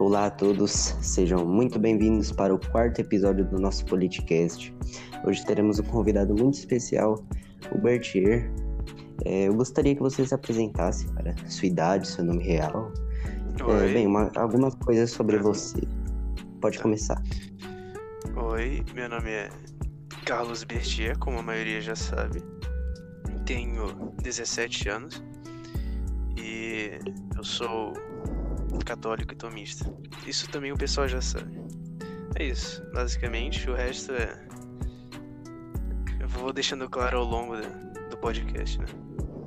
Olá a todos, sejam muito bem-vindos para o quarto episódio do nosso Politicast. Hoje teremos um convidado muito especial, o Bertier. Eu gostaria que você se apresentasse, cara, sua idade, seu nome real. Oi. Algumas coisas sobre você. Pode começar. Oi, meu nome é Carlos Bertier, como a maioria já sabe. Tenho 17 anos e eu sou católico e tomista. Isso também o pessoal já sabe. É isso, basicamente. O resto eu vou deixando claro ao longo do podcast, né?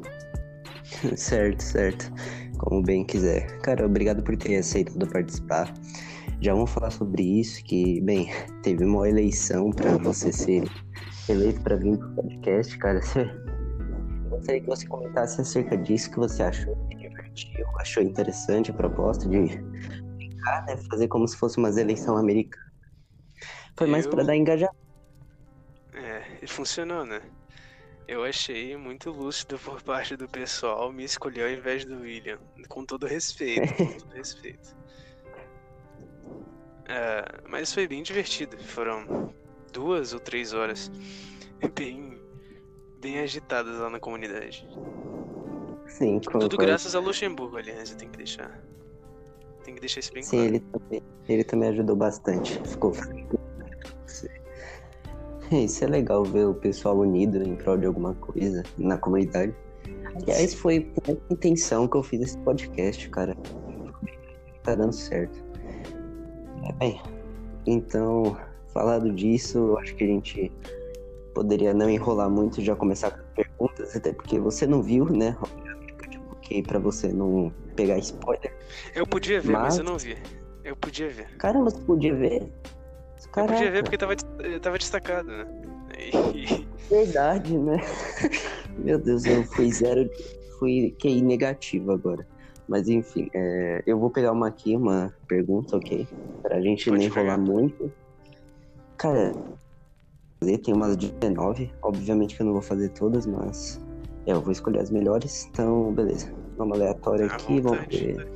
Certo. Como bem quiser. Cara, obrigado por ter aceitado participar. Já vamos falar sobre isso, que, bem, teve uma eleição para você ser eleito para vir pro podcast, cara. Eu gostaria que você comentasse acerca disso, que você achou divertido, achou interessante a proposta de brincar, né? Fazer como se fosse uma eleição americana. Foi mais para dar engajamento. E funcionou, né? Eu achei muito lúcido por parte do pessoal me escolher ao invés do William. Com todo respeito. Mas foi bem divertido. Foram 2 ou 3 horas bem agitadas lá na comunidade. Sim, concordo. Tudo graças a Luxemburgo, aliás, eu tenho que deixar isso bem claro. Sim, ele também ajudou bastante. Ficou Isso é legal ver o pessoal unido em prol de alguma coisa na comunidade. Aliás, foi com a intenção que eu fiz esse podcast, cara. Tá dando certo. Bem, então, falado disso, eu acho que a gente poderia não enrolar muito e já começar com perguntas, até porque você não viu, né? Ok, pra você não pegar spoiler. Eu podia ver, mas eu não vi. Eu podia ver. Caramba, você podia ver? Caraca. Eu podia ver porque tava destacado, né? Verdade, né? Meu Deus, eu fui QI negativo agora. Mas enfim, eu vou pegar uma pergunta, ok? Pra gente não enrolar muito. Cara, tem umas 19, obviamente que eu não vou fazer todas, mas eu vou escolher as melhores, então beleza. Vamos aleatório aqui, vamos ver.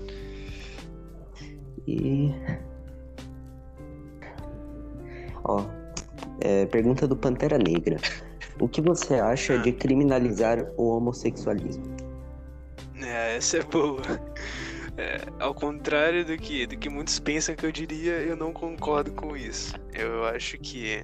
Pergunta do Pantera Negra. O que você acha de criminalizar o homossexualismo? Essa é boa. Ao contrário do que muitos pensam que eu diria, eu não concordo com isso. Eu acho que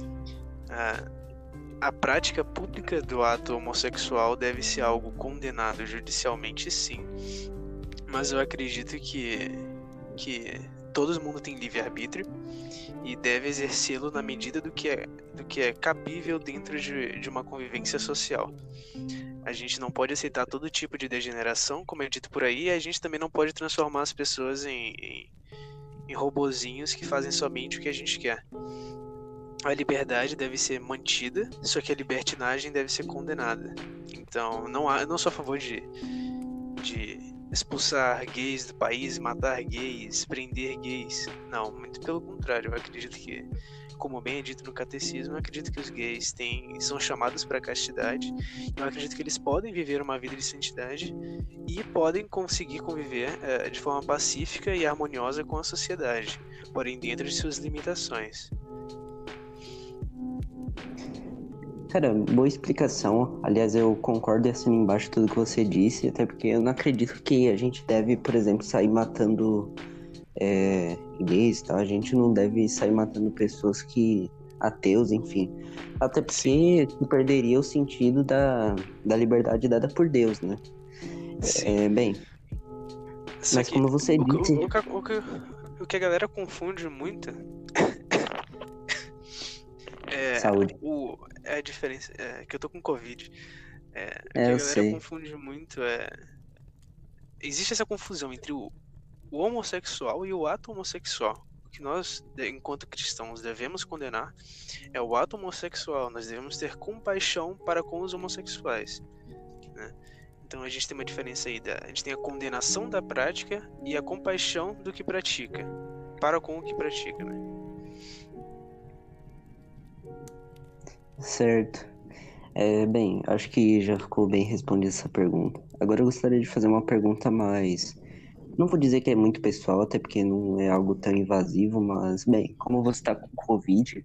a prática pública do ato homossexual deve ser algo condenado judicialmente, sim. Mas eu acredito que todo mundo tem livre-arbítrio e deve exercê-lo na medida do que é cabível dentro de uma convivência social. A gente não pode aceitar todo tipo de degeneração, como é dito por aí, e a gente também não pode transformar as pessoas em robozinhos que fazem somente o que a gente quer. A liberdade deve ser mantida, só que a libertinagem deve ser condenada. Então, eu não sou a favor de expulsar gays do país, matar gays, prender gays. Não, muito pelo contrário. Eu acredito que, como bem é dito no catecismo, eu acredito que os gays são chamados para a castidade. Eu acredito que eles podem viver uma vida de santidade e podem conseguir conviver de forma pacífica e harmoniosa com a sociedade, porém dentro de suas limitações. Cara, boa explicação. Aliás, eu concordo e assino embaixo tudo que você disse, até porque eu não acredito que a gente deve, por exemplo, sair matando gays, tá? A gente não deve sair matando pessoas ateus, enfim. Até porque perderia o sentido da liberdade dada por Deus, né? Mas como você disse... O que a galera confunde muito... Saúde. A diferença que eu tô com Covid. O que a galera confunde muito existe essa confusão entre o homossexual e o ato homossexual. O que nós, enquanto cristãos, devemos condenar é o ato homossexual. Nós devemos ter compaixão para com os homossexuais, né? Então a gente tem uma diferença aí. A gente tem a condenação da prática e a compaixão do que pratica para com o que pratica, né? Certo. Acho que já ficou bem respondida essa pergunta. Agora eu gostaria de fazer uma pergunta mais Não vou dizer que é muito pessoal, até porque não é algo tão invasivo, mas, bem, como você tá com Covid,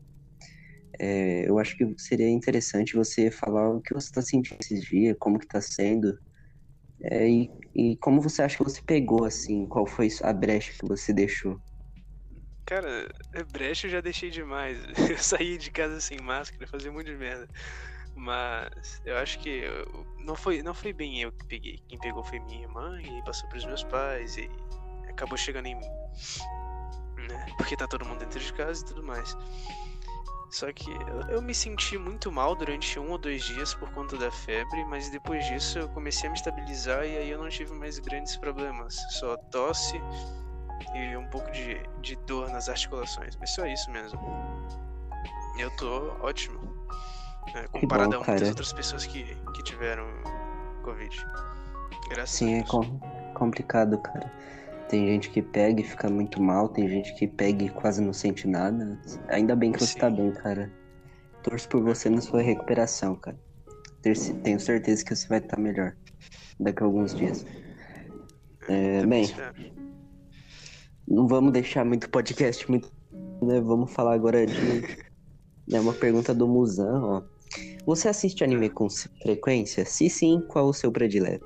eu acho que seria interessante você falar o que você tá sentindo esses dias, como que tá sendo, e como você acha que você pegou, assim, qual foi a brecha que você deixou. Cara, brecha eu já deixei demais. Eu saí de casa sem máscara, fazia muito de merda. Mas eu acho que não foi bem eu que peguei. Quem pegou foi minha irmã e passou pros meus pais e acabou chegando em mim, né? Porque tá todo mundo dentro de casa e tudo mais. Só que eu me senti muito mal durante 1 ou 2 dias por conta da febre, mas depois disso eu comecei a me estabilizar e aí eu não tive mais grandes problemas. Só tosse e um pouco de dor nas articulações, mas só isso mesmo. Eu tô ótimo, né, Que bom, comparado a muitas cara. outras pessoas que tiveram Covid. Graças Sim, a é Deus. complicado, cara. Tem gente que pega e fica muito mal, tem gente que pega e quase não sente nada. Ainda bem que você tá Sim. bem, cara. Torço por você na sua recuperação, cara. Tenho certeza que você vai estar melhor daqui a alguns dias. Também Bem, espero. não vamos deixar muito podcast muito, né? Vamos falar agora de uma pergunta do Muzan, ó. Você assiste anime Ah, com frequência? Se sim, qual o seu predileto?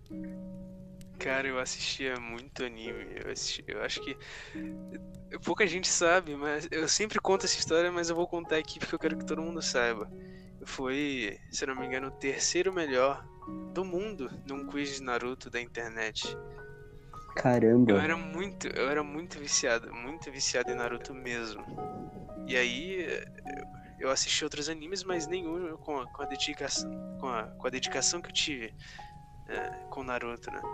cara, eu assistia muito anime. Eu acho que pouca gente sabe, mas eu sempre conto essa história, mas eu vou contar aqui porque eu quero que todo mundo saiba. Foi, se eu não me engano, o terceiro melhor do mundo num quiz de Naruto da internet. Eu Caramba, era muito viciado em Naruto mesmo. E aí eu assisti outros animes, mas nenhum com a dedicação, com a dedicação que eu tive com Naruto, né?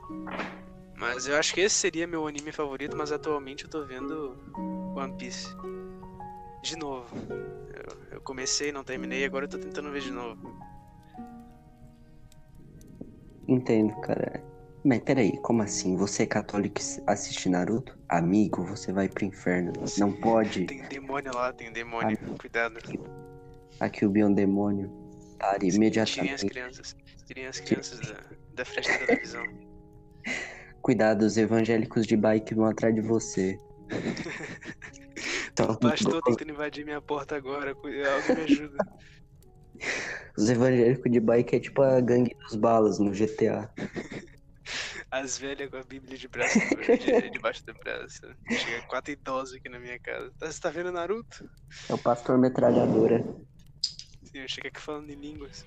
Mas eu acho que esse seria meu anime favorito, mas atualmente eu tô vendo One Piece de novo. Eu comecei, não terminei, agora eu tô tentando ver de novo. entendo, cara. Mas peraí, como assim? Você é católico e assiste Naruto? Amigo, você vai pro inferno. Não pode. Tem demônio lá, tem demônio. Amigo, Cuidado. aqui o Bi é um demônio. Pare Tirem as imediatamente. crianças. Tirem as crianças da frente da televisão. Cuidado, os evangélicos de bike vão atrás de você. Tem Então, um pastor tentando invadir minha porta agora. Alguém me ajuda. os evangélicos de bike é tipo a gangue dos balas no GTA. As velhas com a Bíblia debaixo do braço. Chega 4 idosos aqui na minha casa. Você tá vendo Naruto? É o pastor metralhadora. Sim, eu chego aqui falando em línguas.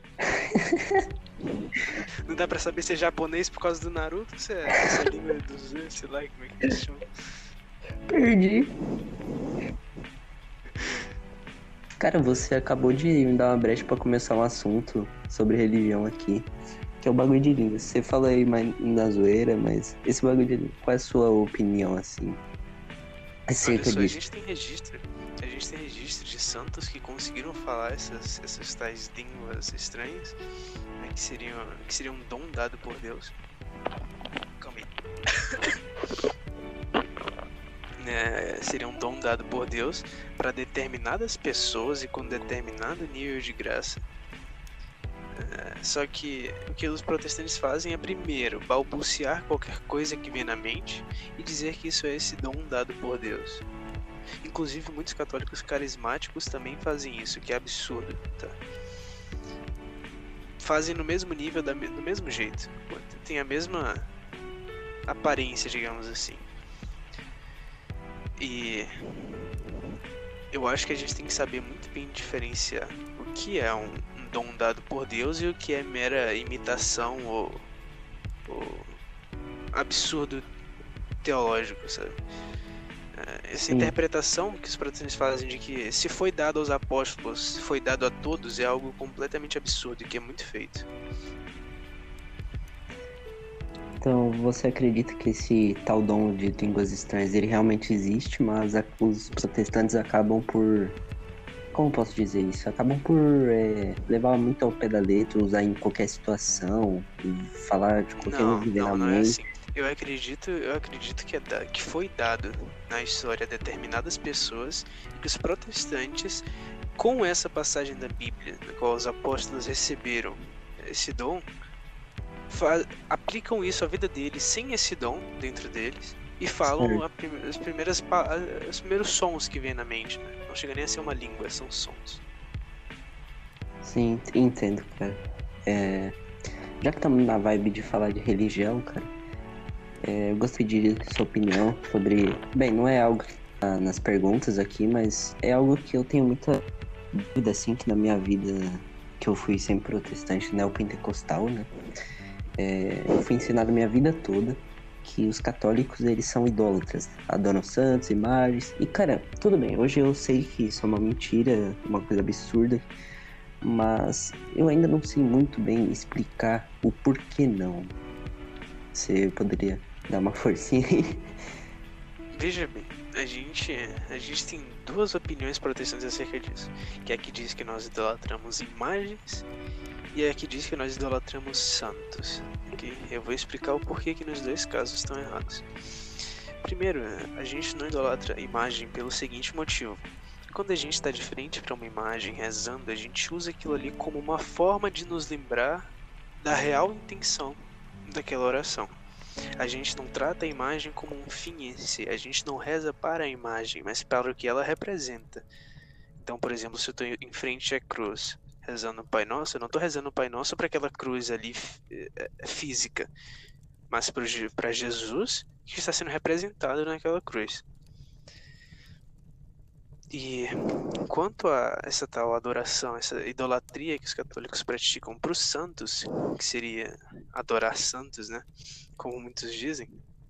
Não dá pra saber se é japonês por causa do Naruto ou se é língua dos sei lá como é que eles chamam. Perdi. Cara, você acabou de me dar uma brecha pra começar um assunto sobre religião aqui, que é o bagulho de língua. Você fala aí mais na zoeira, mas esse bagulho de língua, qual é a sua opinião, assim, Olha acerca só, a disso? gente tem registro. A gente tem registro de santos que conseguiram falar essas tais línguas estranhas, né, que seriam um dom dado por Deus. Calma aí. Seria um dom dado por Deus para determinadas pessoas e com determinado nível de graça. Só que o que os protestantes fazem é primeiro balbuciar qualquer coisa que vem na mente e dizer que isso é esse dom dado por Deus. Inclusive muitos católicos carismáticos também fazem isso, que é absurdo, tá? Fazem no mesmo nível, do mesmo jeito, tem a mesma aparência, digamos assim. E eu acho que a gente tem que saber muito bem diferenciar o que é um dom dado por Deus e o que é mera imitação ou absurdo teológico, sabe? Essa Sim. interpretação que os protestantes fazem de que se foi dado aos apóstolos, foi dado a todos, é algo completamente absurdo e que é muito feito. Então, você acredita que esse tal dom de línguas estranhas, ele realmente existe, mas os protestantes acabam por... Como posso dizer isso? Acabam por levar muito ao pé da letra, usar em qualquer situação, falar de qualquer coisa que vem na Não é mente. assim. Eu acredito que foi dado na história a determinadas pessoas e que os protestantes, com essa passagem da Bíblia, na qual os apóstolos receberam esse dom, aplicam isso à vida deles sem esse dom dentro deles e falam os primeiros sons que vêm na mente, né? Não chega nem a ser uma língua, são sons. Sim, entendo, cara. Já que estamos na vibe de falar de religião, cara, eu gostaria de sua opinião sobre... Bem, não é algo que tá nas perguntas aqui, mas é algo que eu tenho muita dúvida, assim, que na minha vida, que eu fui sempre protestante neopentecostal, né? Eu fui ensinado a minha vida toda que os católicos, eles são idólatras, adoram santos, imagens, e cara, tudo bem, hoje eu sei que isso é uma mentira, uma coisa absurda, mas eu ainda não sei muito bem explicar o porquê não. Você poderia dar uma forcinha aí? Veja bem, a gente tem duas opiniões protestantes acerca disso, que é a que diz que nós idolatramos imagens e a que diz que nós idolatramos santos. Okay? Eu vou explicar o porquê que nos dois casos estão errados. Primeiro, a gente não idolatra imagem pelo seguinte motivo. Quando a gente está de frente para uma imagem rezando, a gente usa aquilo ali como uma forma de nos lembrar da real intenção daquela oração. A gente não trata a imagem como um fim em si, a gente não reza para a imagem, mas para o que ela representa. Então, por exemplo, se eu estou em frente à cruz, rezando o Pai Nosso, eu não estou rezando o Pai Nosso para aquela cruz ali física, mas para Jesus que está sendo representado naquela cruz. E quanto a essa tal adoração, essa idolatria que os católicos praticam para os santos, que seria adorar santos, né? Como muitos dizem,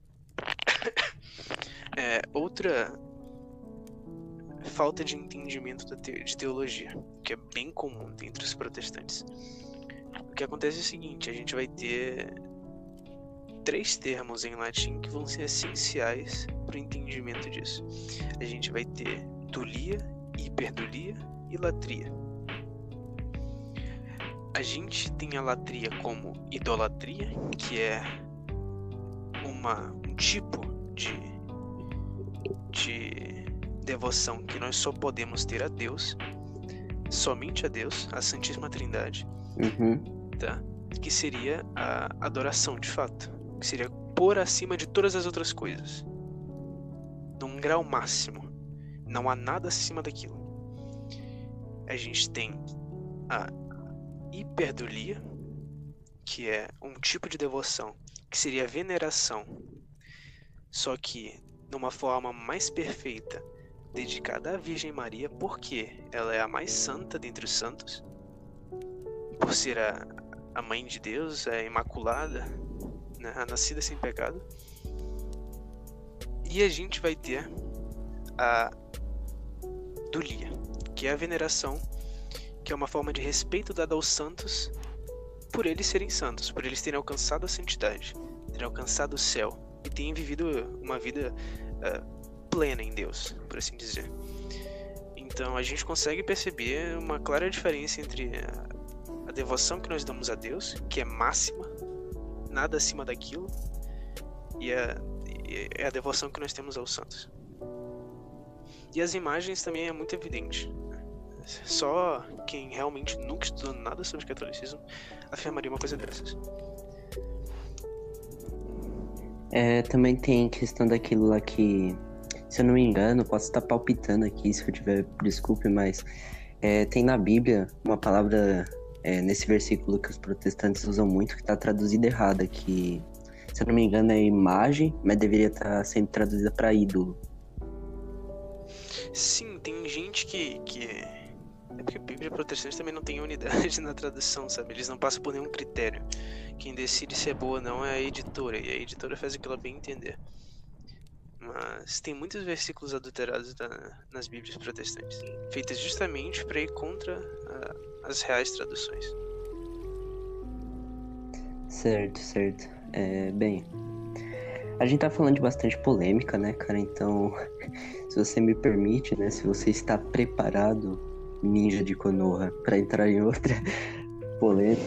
outra falta de entendimento de teologia, que é bem comum entre os protestantes. O que acontece é o seguinte, a gente vai ter 3 termos em latim que vão ser essenciais para o entendimento disso. A gente vai ter dulia, hiperdulia e latria. A gente tem a latria como idolatria, que é um tipo de devoção que nós só podemos ter a Deus, somente a Deus, a Santíssima Trindade, tá? Que seria a adoração de fato, que seria por acima de todas as outras coisas, num grau máximo. Não há nada acima daquilo. A gente tem a hiperdulia, que é um tipo de devoção que seria a veneração, só que numa forma mais perfeita, dedicada à Virgem Maria, porque ela é a mais santa dentre os santos, por ser a mãe de Deus, a imaculada, né, a nascida sem pecado. E a gente vai ter a dulia, que é a veneração, que é uma forma de respeito dada aos santos por eles serem santos, por eles terem alcançado a santidade, terem alcançado o céu e terem vivido uma vida plena em Deus, por assim dizer. Então a gente consegue perceber uma clara diferença entre a devoção que nós damos a Deus, que é máxima, nada acima daquilo, e a devoção que nós temos aos santos. E as imagens também é muito evidente. Só quem realmente nunca estudou nada sobre catolicismo afirmaria uma coisa dessas. Também tem questão daquilo lá que, se eu não me engano, posso estar palpitando aqui, se eu tiver, desculpe, mas tem na Bíblia uma palavra nesse versículo que os protestantes usam muito, que está traduzida errada, que, se eu não me engano, é imagem, mas deveria estar sendo traduzida para ídolo. Sim, tem gente que é porque a Bíblia protestante também não tem unidade na tradução, sabe? Eles não passam por nenhum critério. Quem decide se é boa ou não é a editora, e a editora faz o que ela bem entender. Mas tem muitos versículos adulterados nas Bíblias protestantes, feitas justamente para ir contra as reais traduções. Certo. Bem, a gente tá falando de bastante polêmica, né, cara? Então, se você me permite, né, se você está preparado, ninja de Konoha, para entrar em outra polêmica.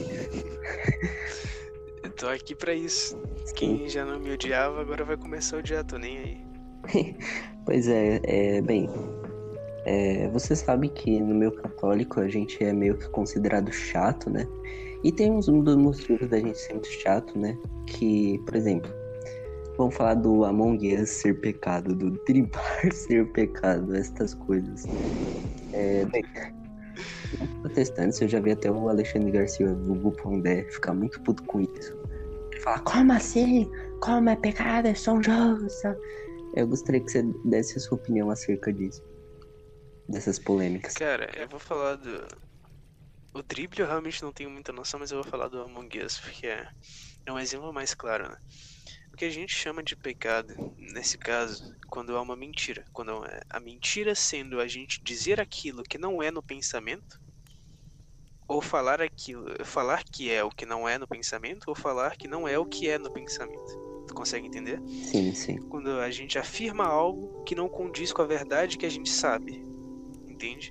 Eu tô aqui pra isso. Sim. Quem já não me odiava, agora vai começar a odiar, tô nem aí. Pois bem, Você sabe que no meio católico a gente é meio que considerado chato, né? E tem um dos motivos da gente ser muito chato, né? Que, por exemplo, vamos falar do Among Us ser pecado, do driblar ser pecado, essas coisas. Bem, os protestantes, eu já vi até o Alexandre Garcia, o Pondé, ficar muito puto com isso. Ele fala, como assim? Como é pecado? É só um jogo. Eu gostaria que você desse a sua opinião acerca disso. Dessas polêmicas. Cara, eu vou falar do... O drible eu realmente não tenho muita noção, mas eu vou falar do Among Us, porque é um exemplo mais claro, né? O que a gente chama de pecado, nesse caso, quando há uma mentira. Quando a mentira sendo a gente dizer aquilo que não é no pensamento, ou falar que é o que não é no pensamento, ou falar que não é o que é no pensamento. Tu consegue entender? Sim, sim. Quando a gente afirma algo que não condiz com a verdade que a gente sabe. Entende?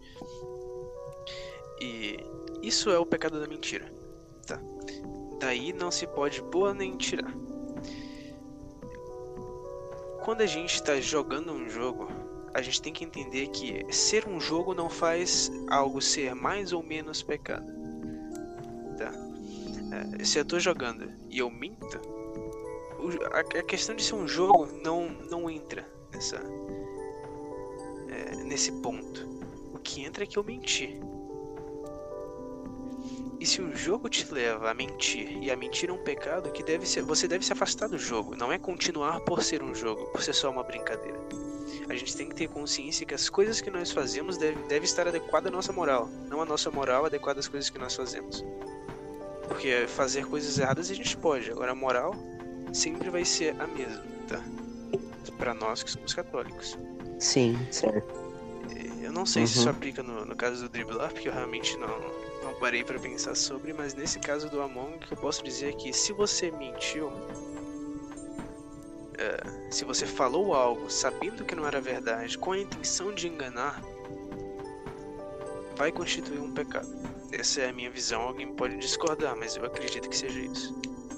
E isso é o pecado da mentira. Tá? Daí não se pode pôr nem tirar. Quando a gente está jogando um jogo, a gente tem que entender que ser um jogo não faz algo ser mais ou menos pecado. Tá? Se eu tô jogando e eu minto, a questão de ser um jogo não entra nesse ponto. O que entra é que eu menti. E se o jogo te leva a mentir, e a mentira é um pecado, você deve se afastar do jogo. Não é continuar por ser um jogo, por ser só uma brincadeira. A gente tem que ter consciência que as coisas que nós fazemos devem estar adequadas à nossa moral. Não a nossa moral adequada às coisas que nós fazemos. Porque fazer coisas erradas a gente pode. Agora a moral sempre vai ser a mesma, tá? Pra nós que somos católicos. Sim, certo. Eu não sei se isso aplica no caso do driblar, porque eu realmente não parei pra pensar sobre, mas nesse caso do Among, o que eu posso dizer é que se você mentiu, se você falou algo sabendo que não era verdade, com a intenção de enganar, vai constituir um pecado. Essa é a minha visão, alguém pode discordar, mas eu acredito que seja isso.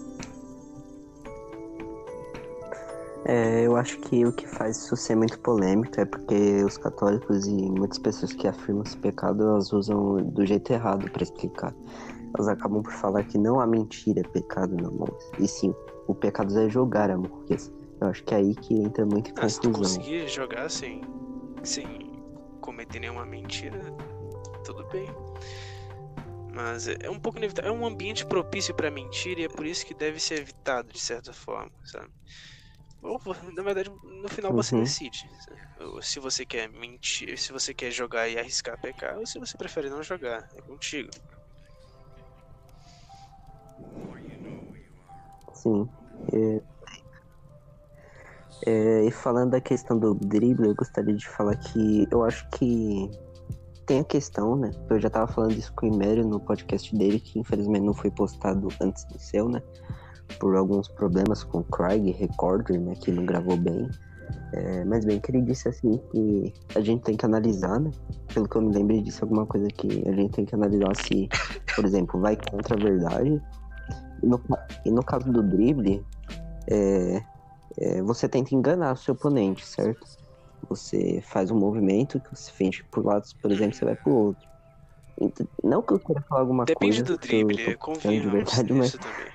Eu acho que o que faz isso ser muito polêmico é porque os católicos e muitas pessoas que afirmam esse pecado, elas usam do jeito errado para explicar. Elas acabam por falar que não há mentira é pecado no Among Us. E sim, o pecado é jogar Among Us. Eu acho que é aí que entra muito em confusão. Se tu conseguir jogar sem cometer nenhuma mentira, tudo bem. Mas é um pouco inevitável. É um ambiente propício para mentira e é por isso que deve ser evitado de certa forma, sabe? Ou, na verdade, no final você decide. Se você quer mentir, se você quer jogar e arriscar pecar, ou se você prefere não jogar. É contigo. Sim. E falando da questão do drible, eu gostaria de falar que eu acho que tem a questão, né? Eu já tava falando isso com o Imério no podcast dele, que infelizmente não foi postado antes do seu, né? Por alguns problemas com o Craig Recorder, né? Que não gravou bem. Mas bem, que ele disse assim que a gente tem que analisar, né? Pelo que eu me lembro, ele disse alguma coisa que a gente tem que analisar se, por exemplo, vai contra a verdade. E no caso do drible, você tenta enganar o seu oponente, certo? Você faz um movimento que você finge por lado, por exemplo, você vai pro outro. Não que eu queira falar alguma Depende coisa. Do drible, convenhamos de verdade, mas também.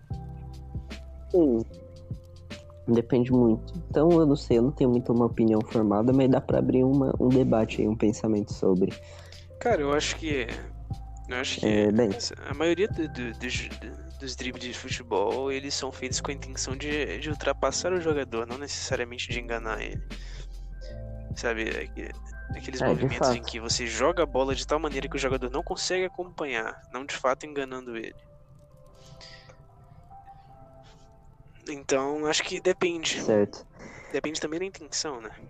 Sim, depende muito. Então eu não sei, eu não tenho muito uma opinião formada, mas dá pra abrir um debate aí, um pensamento sobre. Cara, eu acho que bem, a maioria dos dribles de futebol, eles são feitos com a intenção de ultrapassar o jogador, não necessariamente de enganar ele. Sabe, aqueles movimentos em que você joga a bola de tal maneira que o jogador não consegue acompanhar, não de fato enganando ele. Então, acho que depende. Certo. Depende também da intenção, né?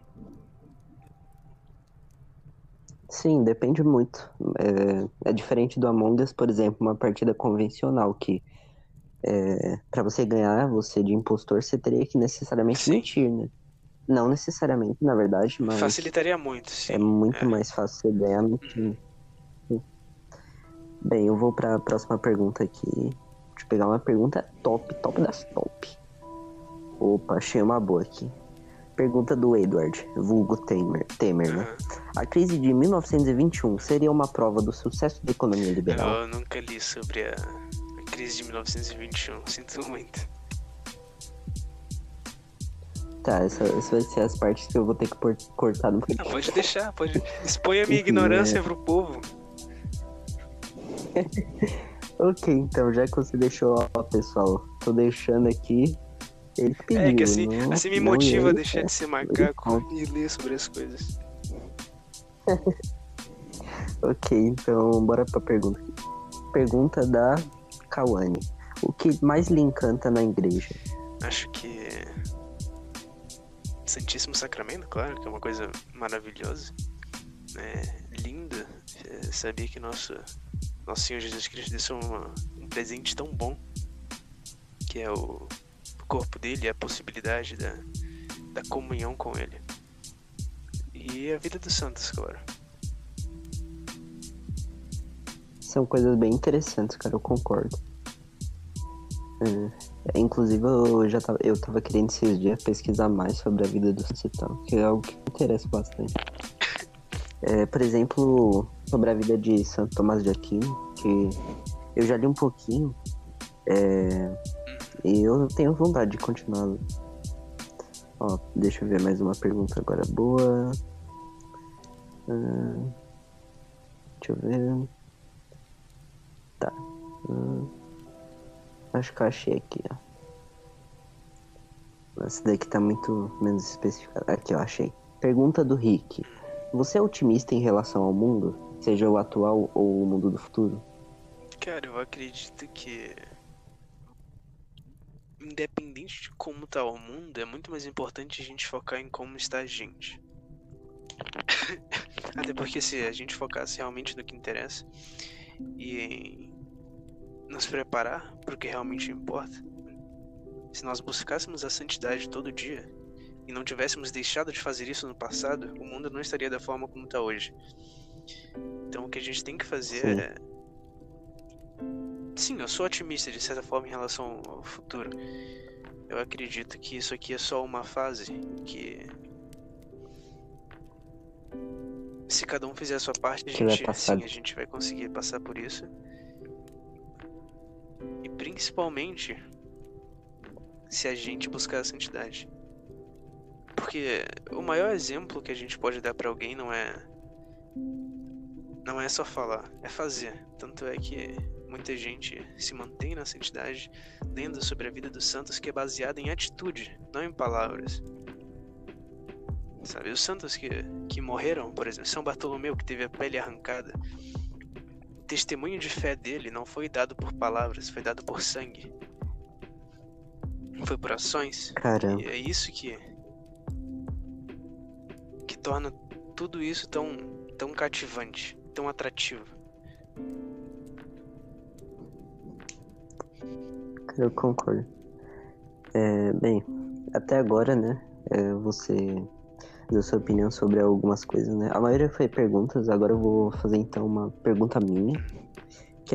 Sim, depende muito. É diferente do Among Us, por exemplo, uma partida convencional que pra você ganhar, você de impostor, você teria que necessariamente mentir, né? Não necessariamente, na verdade, mas... Facilitaria muito, sim. É muito mais fácil você ganhar mentindo. Bem, eu vou pra próxima pergunta aqui. Deixa eu pegar uma pergunta top das top. Opa, achei uma boa aqui. Pergunta do Edward, vulgo Temer, né? Aham. A crise de 1921 seria uma prova do sucesso da economia liberal? Eu nunca li sobre a crise de 1921, sinto muito. Tá, essa vai ser as partes que eu vou ter que cortar no Ah, podcast. pode deixar, pode. Expõe a minha Enfim, ignorância pro povo. Ok, então, já que você deixou, ó, pessoal, tô deixando aqui. Ele pediu, Que assim me não motiva a ele, deixar de ser macaco e ler sobre as coisas. Ok, então, bora pra pergunta. Pergunta da Kawane. O que mais lhe encanta na igreja? Acho que Santíssimo Sacramento, claro, que é uma coisa maravilhosa, linda. Saber que nosso Senhor Jesus Cristo deu um presente tão bom, que é o corpo dele, a possibilidade da comunhão com ele. E a vida dos santos, claro. São coisas bem interessantes, cara, eu concordo. Inclusive, eu tava querendo esses dias pesquisar mais sobre a vida do santos e tal, que é algo que me interessa bastante. Por exemplo, sobre a vida de Santo Tomás de Aquino, que eu já li um pouquinho, e eu tenho vontade de continuar. Ó, deixa eu ver mais uma pergunta agora boa. Deixa eu ver. Tá. Acho que eu achei aqui, ó. Essa daqui tá muito menos especificada. Aqui, eu achei. Pergunta do Rick. Você é otimista em relação ao mundo? Seja o atual ou o mundo do futuro? Cara, eu acredito que, independente de como tá o mundo, é muito mais importante a gente focar em como está a gente. Até porque se a gente focasse realmente no que interessa e em nos preparar para o que realmente importa, se nós buscássemos a santidade todo dia e não tivéssemos deixado de fazer isso no passado, o mundo não estaria da forma como está hoje. Então o que a gente tem que fazer Sim, eu sou otimista de certa forma em relação ao futuro. Eu acredito que isso aqui é só uma fase que, se cada um fizer a sua parte, Que vai passar. a gente vai conseguir passar por isso. E principalmente se a gente buscar a santidade. Porque o maior exemplo que a gente pode dar pra alguém não é só falar, é fazer. Tanto é que muita gente se mantém na santidade lendo sobre a vida dos santos, que é baseada em atitude, não em palavras. Sabe, os santos que morreram, por exemplo, São Bartolomeu, que teve a pele arrancada, o testemunho de fé dele não foi dado por palavras, foi dado por sangue. Foi por ações. Caramba. E é isso que torna tudo isso tão cativante, tão atrativo. Eu concordo. Bem, até agora, né, você deu sua opinião sobre algumas coisas, né? A maioria foi perguntas, agora eu vou fazer então uma pergunta minha, que é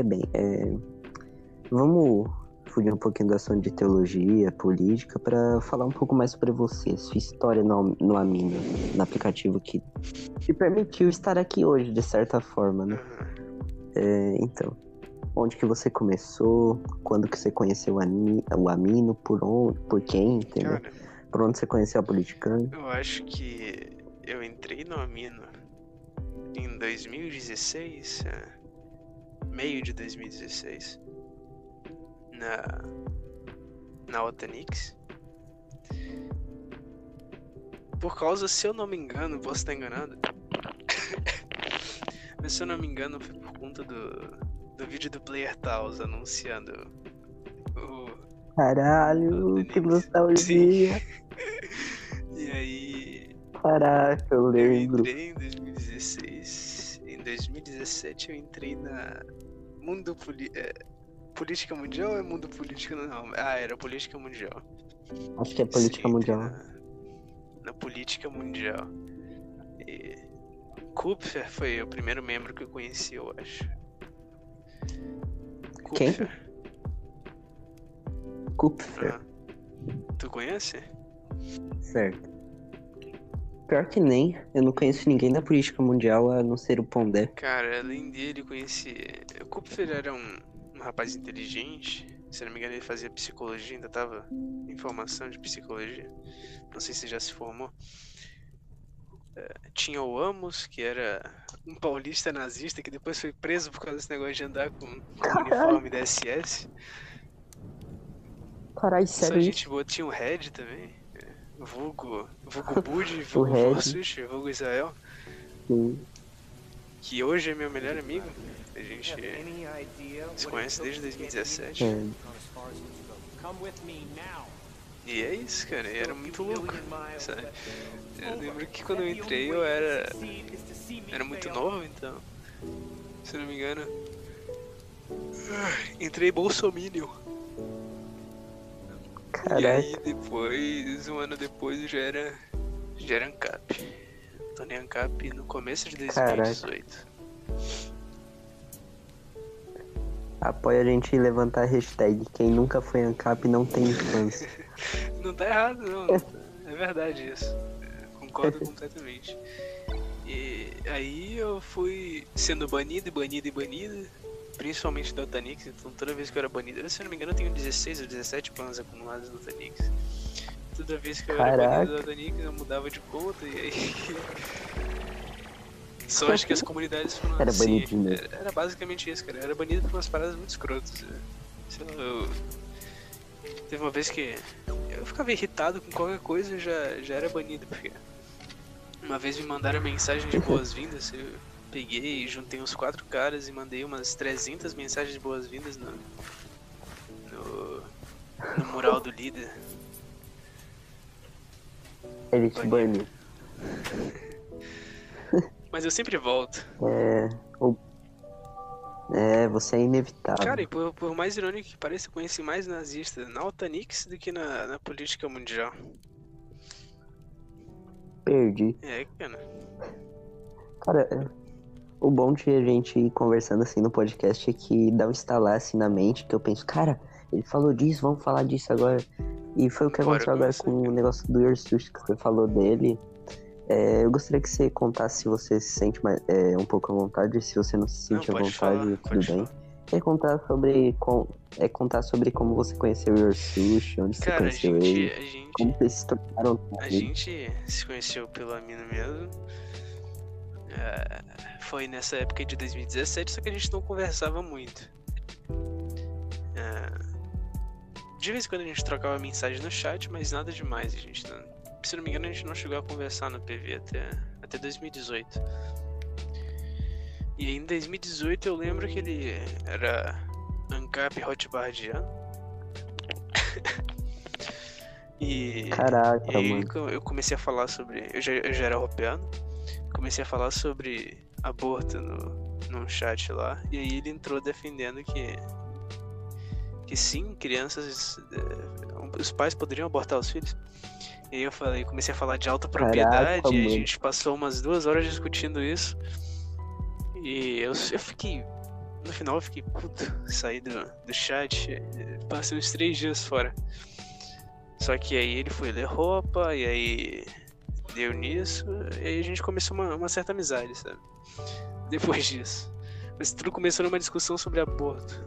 vamos fugir um pouquinho do assunto de teologia, política, para falar um pouco mais sobre você, sua história no Amino, no aplicativo que te permitiu estar aqui hoje, de certa forma, né? Então, onde que você começou, quando que você conheceu o Amino, por quem, entendeu? Cara, por onde você conheceu a Politicando? eu acho que eu entrei no Amino em 2016, meio de 2016, na Otanix. Por causa, se eu não me engano, posso estar enganado, mas se eu não me engano foi por conta do vídeo do Player Taos anunciando o Caralho, que nostalgia. E aí, Caraca, eu eu lembro. entrei em 2016. Em 2017 eu entrei na Mundo Política Mundial ou é Mundo Político? Não, era Política Mundial. Acho que é Política Sim, Mundial. Na Política Mundial. E Kupfer foi o primeiro membro que eu conheci, eu acho. Quem? Kupfer. Kupfer. Tu conhece? Certo. Pior que nem, eu não conheço ninguém da política mundial a não ser o Pondé. Cara, além dele, conheci. O Kupfer era um rapaz inteligente. Se não me engano, ele fazia psicologia, ainda tava em formação de psicologia. Não sei se já se formou. Tinha o Amos, que era um paulista nazista que depois foi preso por causa desse negócio de andar com o uniforme da SS. Caralho, Só sério gente isso? boa. Tinha o Red também. Vulgo Bud, O vulgo Red. Vorsush, vulgo Israel. Sim. Que hoje é meu melhor amigo. A gente se conhece desde 2017. É. E é isso, cara. E era muito louco, sabe? Eu lembro que quando eu entrei eu era muito novo, então, se não me engano, entrei bolsominion. E Caraca. aí depois, um ano depois, eu já era ANCAP. Tornei ANCAP no começo de 2018. Apoia a gente levantar a hashtag quem nunca foi ANCAP não tem infância. Não tá errado, não. É verdade isso. Eu concordo completamente. E aí eu fui sendo banido, principalmente da Otanix. Então toda vez que eu era banido, se eu não me engano, eu tenho 16 ou 17 planos acumulados no Otanix. Toda vez que eu era banido da Otanix, eu mudava de conta e aí. Só acho que as comunidades foram Era assim. banido mesmo. Era basicamente isso, cara. Eu era banido por umas paradas muito escrotas. Sei lá, teve uma vez que eu ficava irritado com qualquer coisa e já era banido, porque uma vez me mandaram mensagem de boas-vindas, eu peguei e juntei uns 4 caras e mandei umas 300 mensagens de boas-vindas no mural do líder. Ele te baniu. Mas eu sempre volto. Você é inevitável. Cara, e por mais irônico que pareça, eu conheci mais nazista na Otanix do que na política mundial. Perdi. É, cara. Cara, o bom de a gente ir conversando assim no podcast é que dá um estalar assim na mente, que eu penso, cara, ele falou disso, vamos falar disso agora. E foi o que Bora aconteceu agora começar, com cara. o negócio do Ursus que você falou dele. Eu gostaria que você contasse se você se sente mais, um pouco à vontade, se você não se sente à pode vontade, falar, tudo pode bem. falar. Contar sobre como você conheceu o Ursus, onde você Cara, conheceu ele, a gente como vocês se tornaram A amigos. gente se conheceu pela mina mesmo. Foi nessa época de 2017, só que a gente não conversava muito. De vez em quando a gente trocava mensagem no chat, mas nada demais. A gente não, se não me engano, a gente não chegou a conversar no PV até 2018. E aí, em 2018 eu lembro que ele era ANCAP hotbardiano. Caraca, e aí mano. eu comecei a falar sobre. Eu já era roupiano. Comecei a falar sobre aborto num chat lá. E aí ele entrou defendendo que sim, crianças. Os pais poderiam abortar os filhos. E aí comecei a falar de alta propriedade. Caraca, e a mano. gente passou umas 2 horas discutindo isso. E eu fiquei. No final eu fiquei puto, saí do chat. Passei uns 3 dias fora. Só que aí ele foi ler roupa, e aí deu nisso, e aí a gente começou uma certa amizade, sabe? Depois disso. Mas tudo começou numa discussão sobre aborto.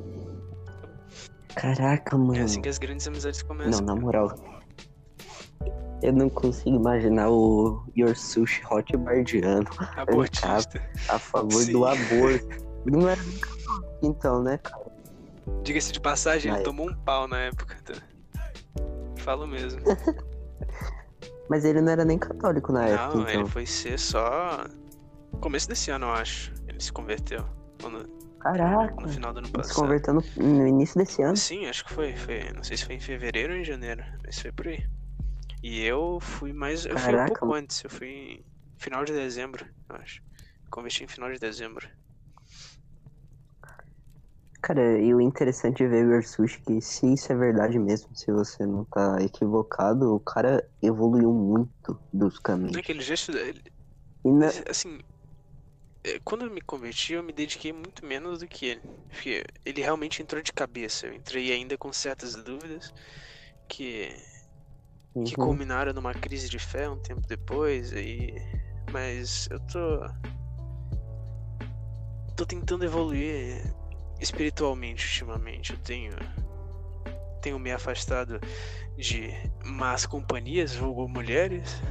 Caraca, mano. É assim que as grandes amizades começam. Não, na moral. Eu não consigo imaginar o Ursus hotbardiano Abortista. a favor Sim. do aborto. Não era então, né, cara? Diga-se de passagem, Na ele tomou um pau na época. Tá? Falo mesmo. Mas ele não era nem católico na época, Não, então. ele foi ser só começo desse ano, eu acho. Ele se converteu. Caraca, No final do ano se passado. convertendo no início desse ano. Sim, acho que foi. Não sei se foi em fevereiro ou em janeiro, mas foi por aí. E eu fui mais. Eu fui um Caraca. pouco antes, eu fui em final de dezembro, eu acho. Converti em final de dezembro. Cara, e o interessante de ver o Ursus que se isso é verdade mesmo, se você não tá equivocado, o cara evoluiu muito bruscamente. Naquele gesto dele. E na... Assim, quando eu me converti, eu me dediquei muito menos do que ele. Porque ele realmente entrou de cabeça. Eu entrei ainda com certas dúvidas que que culminaram numa crise de fé um tempo depois, mas eu tô tentando evoluir espiritualmente ultimamente. Eu tenho me afastado de más companhias, vulgo mulheres.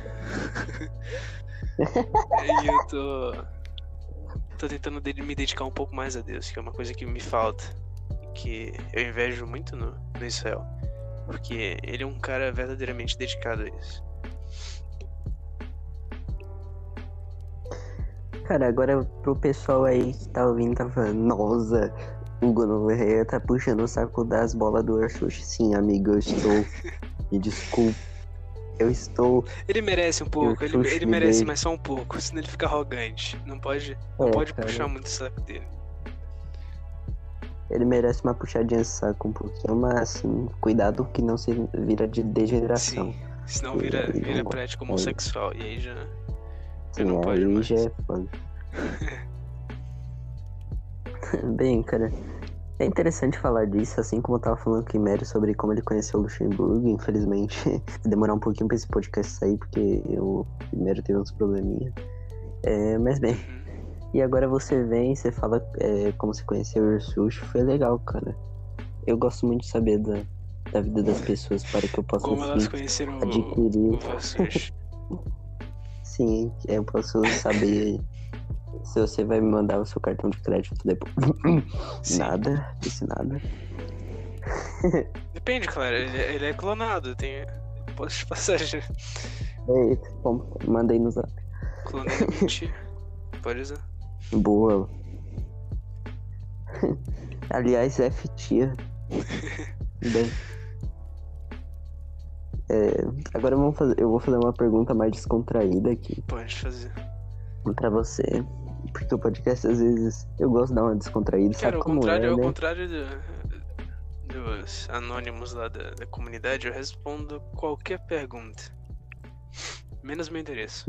E eu tô tentando me dedicar um pouco mais a Deus, que é uma coisa que me falta, que eu invejo muito no Israel, porque ele é um cara verdadeiramente dedicado a isso. Cara, agora pro pessoal aí que tá ouvindo, tá falando, nossa, o Gonorreia tá puxando o saco das bolas do Ursushi. Sim, amigo, eu estou. Me desculpe. Eu estou. Ele merece um pouco, ele Ursushi merece, dele. mas só um pouco, senão ele fica arrogante. Não pode Cara, puxar muito o saco dele. ele merece uma puxadinha de saco um pouquinho, mas assim, cuidado que não se vira de degeneração. Sim, senão vira prática homossexual, e aí já Sim, não pode aí mais. já é foda. Bem, cara, é interessante falar disso, assim como eu tava falando com o Imério sobre como ele conheceu o Luxemburgo. Infelizmente, vai demorar um pouquinho pra esse podcast sair, porque o Imério teve uns probleminhas. Mas bem, e agora você vem, você fala como você conheceu o Ursushi. Foi legal, cara. Eu gosto muito de saber da vida das pessoas para que eu possa, Como elas assim, conheceram adquirir. o Ursushi. Sim, eu posso saber se você vai me mandar o seu cartão de crédito depois. Sim. Nada, disse nada. Depende, claro, ele é clonado, tem posto de passagem. Eita, manda aí no zap. Clonei na mentira, pode usar. Boa. Aliás, tia. Bem. Agora eu vou fazer uma pergunta mais descontraída aqui Pode fazer. pra você. Porque o podcast, às vezes, eu gosto de dar uma descontraída. Cara, Sabe como é, ao né? contrário dos anônimos lá da comunidade, eu respondo qualquer pergunta. Menos meu endereço.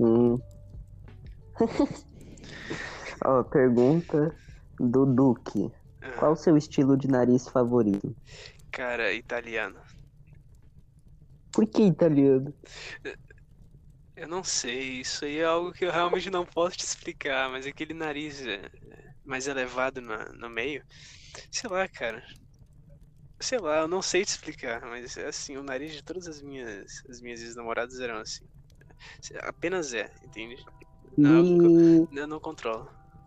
Ó, pergunta do Duque. Qual o seu estilo de nariz favorito? Cara, italiano. Por que italiano? Eu não sei, isso aí é algo que eu realmente não posso te explicar, mas aquele nariz mais elevado no meio, sei lá, cara. Sei lá, eu não sei te explicar, mas assim, o nariz de todas as minhas ex-namoradas eram assim. Apenas entende? Não é algo que eu não controlo.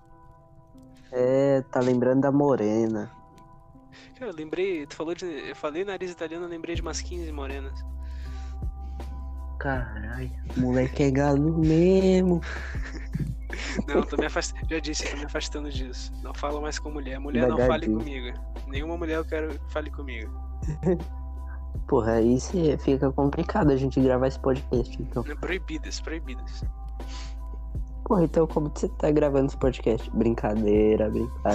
Tá lembrando da morena. Cara, eu lembrei, eu falei nariz italiano, eu lembrei de umas 15 morenas. Caralho, moleque é galo mesmo. Não, já disse, tô me afastando disso. Não falo mais com mulher. Mulher não fale comigo. Nenhuma mulher eu quero que fale comigo. Porra, aí fica complicado a gente gravar esse podcast, então. Proibidas. Porra, então como você tá gravando esse podcast? Brincadeira.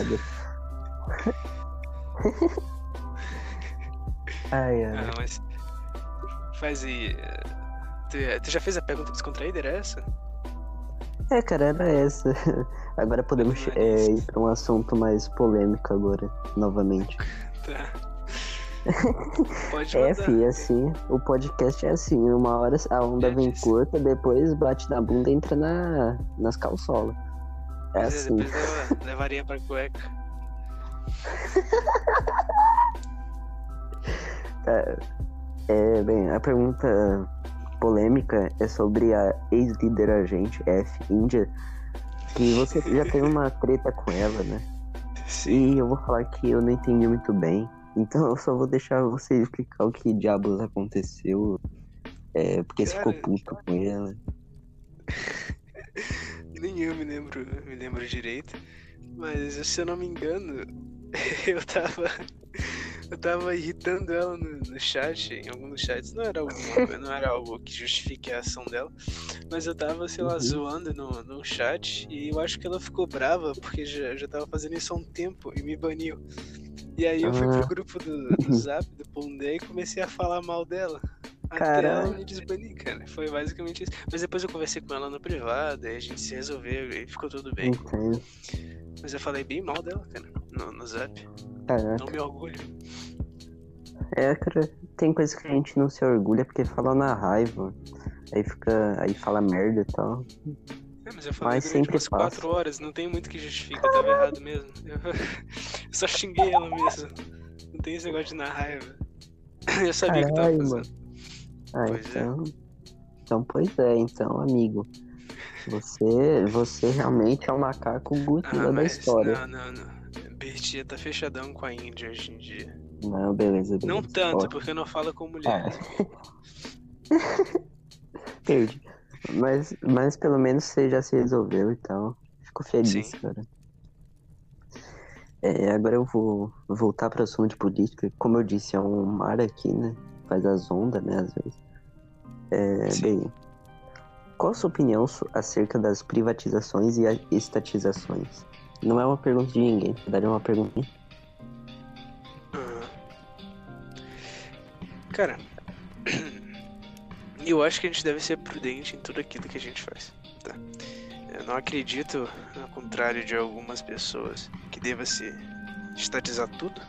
Ai. Ah, mas faz aí. Tu já fez a pergunta descontraída? Era essa? Cara, era essa. Agora podemos ir pra um assunto mais polêmico agora, novamente. Tá. Pode mandar. Filho, assim, o podcast é assim, uma hora a onda vem curta, depois bate na bunda e entra nas calçolas. Assim. Depois levaria pra cueca. Bem, a pergunta polêmica é sobre a ex-líder agente F, Índia, que você já teve uma treta com ela, né? Sim. E eu vou falar que eu não entendi muito bem, então eu só vou deixar você explicar o que diabos aconteceu, porque você ficou puto com ela. Nem eu me lembro direito, mas se eu não me engano, eu tava irritando ela no chat, em alguns chats. Não era algo que justifique a ação dela, mas eu tava, sei lá, zoando no chat, e eu acho que ela ficou brava porque já tava fazendo isso há um tempo e me baniu. E aí eu fui pro grupo do Zap, do Pondé, e comecei a falar mal dela. Até ela me desbanir, cara. Foi basicamente isso. Mas depois eu conversei com ela no privado, aí a gente se resolveu e ficou tudo bem. Entendo. Mas eu falei bem mal dela, cara, no Zap. Caraca. Não me orgulho. Cara, tem coisa que a gente não se orgulha porque fala na raiva. Aí fala merda e tal. Mas eu falei Mas durante sempre umas passa. 4 horas, não tem muito que justifica, eu tava errado mesmo. Eu só xinguei ela mesmo. Não tem esse negócio de na raiva. Eu sabia o que eu tava Caralho, fazendo. mano. Ah, Pois então, pois é, então, amigo. Você realmente é o macaco Godzilla da mas história. não. Bertia tá fechadão com a Índia hoje em dia. Não, beleza. Não tanto, Ótimo. porque não fala com mulher. Entendi. Mas pelo menos você já se resolveu e tal. Fico feliz, Sim. cara. Agora eu vou voltar para o assunto de política. Como eu disse, é um mar aqui, né? Faz as ondas, né, às vezes. Sim. Bem, qual a sua opinião acerca das privatizações e estatizações? Não é uma pergunta de ninguém, na verdade é uma pergunta minha. Cara, eu acho que a gente deve ser prudente em tudo aquilo que a gente faz, tá? Eu não acredito, ao contrário de algumas pessoas, que deva se estatizar tudo.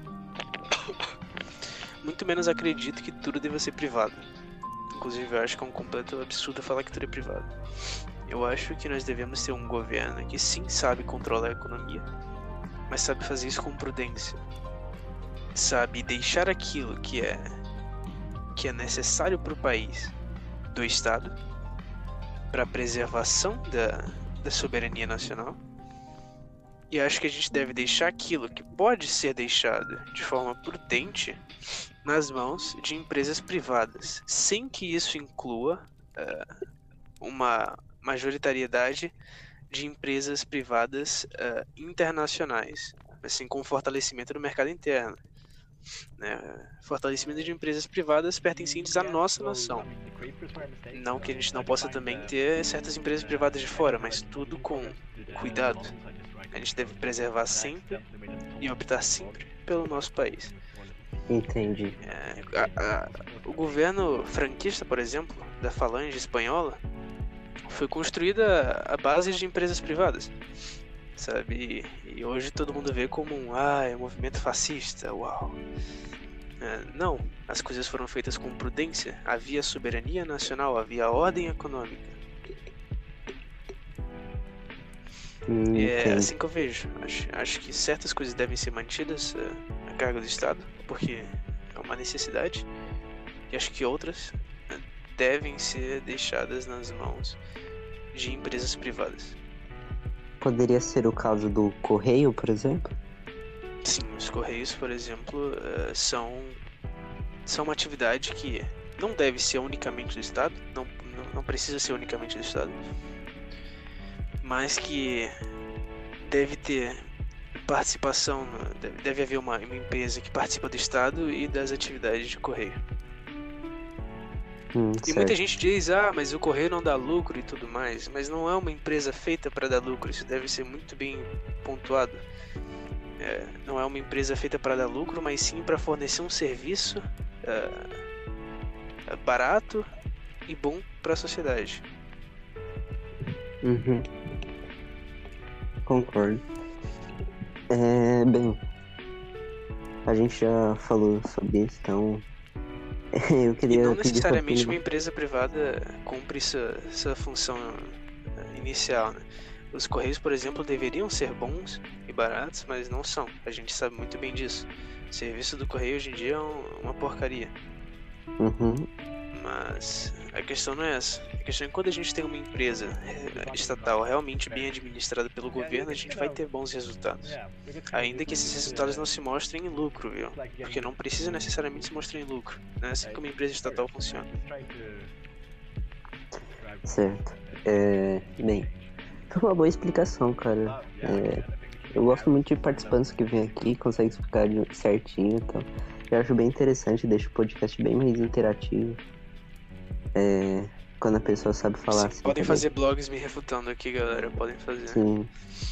Muito menos acredito que tudo deva ser privado. Inclusive, eu acho que é um completo absurdo falar que tudo é privado. Eu acho que nós devemos ter um governo que sim sabe controlar a economia, mas sabe fazer isso com prudência. Sabe deixar aquilo que é necessário para o país do Estado, para a preservação da soberania nacional. E acho que a gente deve deixar aquilo que pode ser deixado de forma prudente nas mãos de empresas privadas, sem que isso inclua uma majoritariedade de empresas privadas internacionais, assim, com fortalecimento do mercado interno. Né? Fortalecimento de empresas privadas pertencentes à nossa nação. Não que a gente não possa também ter certas empresas privadas de fora, mas tudo com cuidado. A gente deve preservar sempre e optar sempre pelo nosso país. Entendi. O governo franquista, por exemplo, da Falange Espanhola, foi construída à base de empresas privadas, sabe? E hoje todo mundo vê como um movimento fascista, uau. Não, as coisas foram feitas com prudência, havia soberania nacional, havia ordem econômica. É assim que eu vejo. Acho que certas coisas devem ser mantidas a cargo do Estado, porque é uma necessidade, e acho que outras devem ser deixadas nas mãos de empresas privadas. Poderia ser o caso do Correio, por exemplo? Sim, os Correios, por exemplo, são uma atividade que não deve ser unicamente do Estado, não precisa ser unicamente do Estado, mas que deve ter participação, deve haver uma empresa que participa do Estado e das atividades de Correio. E muita gente diz, mas o Correio não dá lucro e tudo mais, mas não é uma empresa feita para dar lucro, isso deve ser muito bem pontuado. Não é uma empresa feita para dar lucro, mas sim para fornecer um serviço barato e bom para a sociedade. Uhum. Concordo. Bem, a gente já falou sobre isso, então eu queria. E não necessariamente uma empresa privada cumpre essa função inicial, né? Os Correios, por exemplo, deveriam ser bons e baratos, mas não são. A gente sabe muito bem disso. O serviço do Correio hoje em dia é uma porcaria. Uhum. Mas a questão não é essa. A questão é que quando a gente tem uma empresa estatal realmente bem administrada pelo governo, a gente vai ter bons resultados. Ainda que esses resultados não se mostrem em lucro, viu? Porque não precisa necessariamente se mostrar em lucro. Não é assim que uma empresa estatal funciona. Certo. Bem, foi uma boa explicação, cara. Eu gosto muito de participantes que vêm aqui, conseguem explicar certinho e tal. Eu acho bem interessante, deixa o podcast bem mais interativo. Quando a pessoa sabe falar. Sim, assim, podem também. Fazer blogs me refutando aqui, galera. Podem fazer. Sim.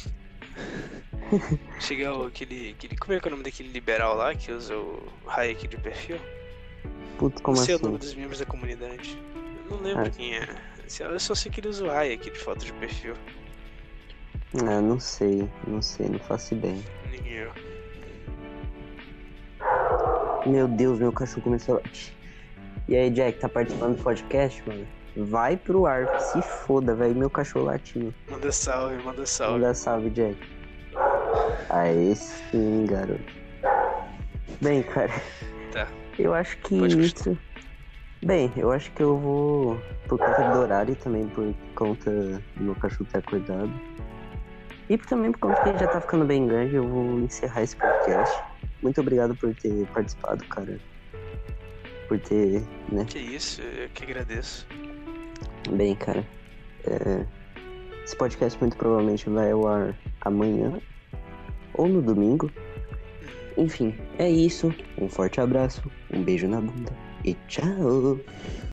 Chega aquele. Como é que é o nome daquele liberal lá que usa o Hayek de perfil? Putz, como não sei assim? o nome dos membros da comunidade. Eu não lembro quem é. Eu só sei que ele usa o Hayek de foto de perfil. Não sei, não faço ideia. Nem eu. Meu Deus, meu cachorro começou a latir. E aí, Jack, tá participando do podcast, mano? Vai pro ar, se foda, velho. Meu cachorro latindo. Manda salve, manda salve. Manda salve, Jack. Aí sim, garoto. Bem, cara, Tá. eu acho que Pode isso... Bem, eu acho que eu vou, por conta do horário e também por conta do meu cachorro ter acordado. E também por conta que ele já tá ficando bem grande, eu vou encerrar esse podcast. Muito obrigado por ter participado, cara. Por ter, né? Que isso, eu que agradeço. Bem, cara, esse podcast muito provavelmente vai ao ar amanhã ou no domingo. Enfim, é isso. Um forte abraço, um beijo na bunda e tchau!